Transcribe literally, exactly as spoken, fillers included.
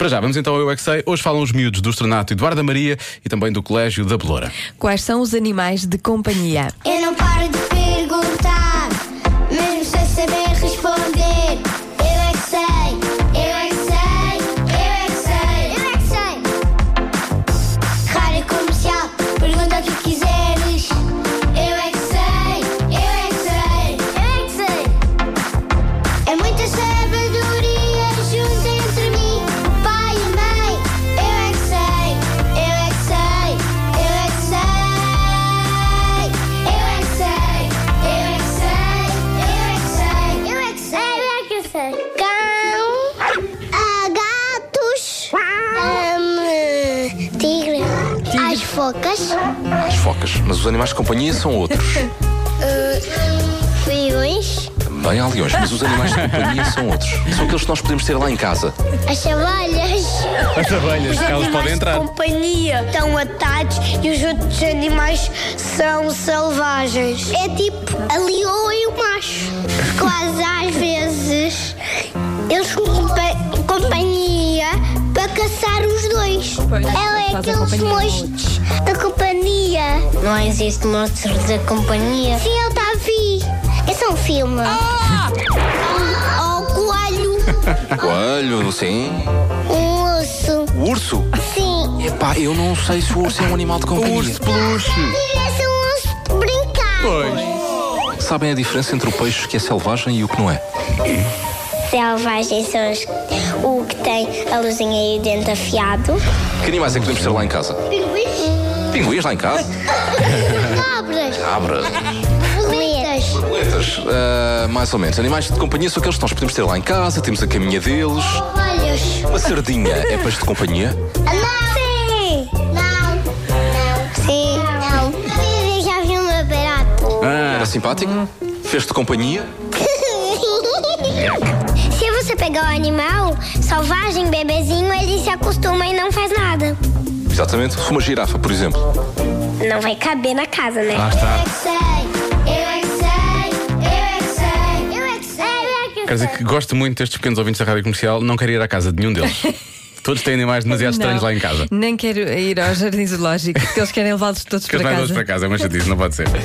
Para já, vamos então ao Eu É Que Sei. Hoje falam os miúdos do Estrenato Eduardo da Maria e também do Colégio da Beloura. Quais são os animais de companhia? Eu não paro de perguntar, mesmo sem saber responder. Eu é que sei, eu é que sei, eu é que sei, eu é que sei. Rádio Comercial, pergunta o que quiseres. Eu é que sei, eu é que sei, eu é que sei. É muita sabedoria junto entre mim, o pai e a mãe. Eu é que sei, eu é que sei, eu é que sei. Eu é que sei, eu é que sei, eu é que sei, eu é que sei, eu é que sei. Cão, ah, gatos, hum, tigre, as focas, As focas, mas os animais de companhia são outros. leões, Também há leões, mas os animais de companhia são outros. São aqueles que nós podemos ter lá em casa. as chavalhas. As abelhas, elas podem entrar. Companhia estão atados e os outros animais são selvagens. É tipo a leoa e o macho. Quase às vezes eles são compa- companhia para caçar os dois. Ela é fazem aqueles companhia aos monstros da companhia. Não existe monstros da companhia. Sim, eu já vi. Esse é um filme. Ou o coelho, Coelho, sim. um urso. O urso? Sim. Epá, eu não sei se o urso é um animal de O companhia. urso peluche. Esse é um urso de brincar. Pois. Sabem a diferença entre o peixe que é selvagem e o que não é? Selvagens são os, o que tem a luzinha e o dente afiado. Que animais é que podemos ter lá em casa? Pinguins. Pinguins lá em casa? Cabras. Cabras. Boletas. Borboletas, ah, mais ou menos. Animais de companhia são aqueles que nós podemos ter lá em casa, temos a caminha deles. Olhos. Uma sardinha é peixe de companhia? Não. Sim. Não. Não. Sim. Não. Eu já vi uma barata. Era simpático? Fez de companhia? Se você pegar o animal selvagem, bebezinho, ele se acostuma e não faz nada. Exatamente. Se uma girafa, por exemplo. Não vai caber na casa, né? Lá está. Eu é que sei, eu é que sei, eu é que sei, eu é que sei, eu é que sei. Quer dizer que gosto muito destes pequenos ouvintes da Rádio Comercial. Não quero ir à casa de nenhum deles. Todos têm animais demasiado estranhos Não, lá em casa. Nem quero ir ao jardim zoológico, porque eles querem levá-los todos Que eles para vão casa. para casa, é uma chatice, não pode ser.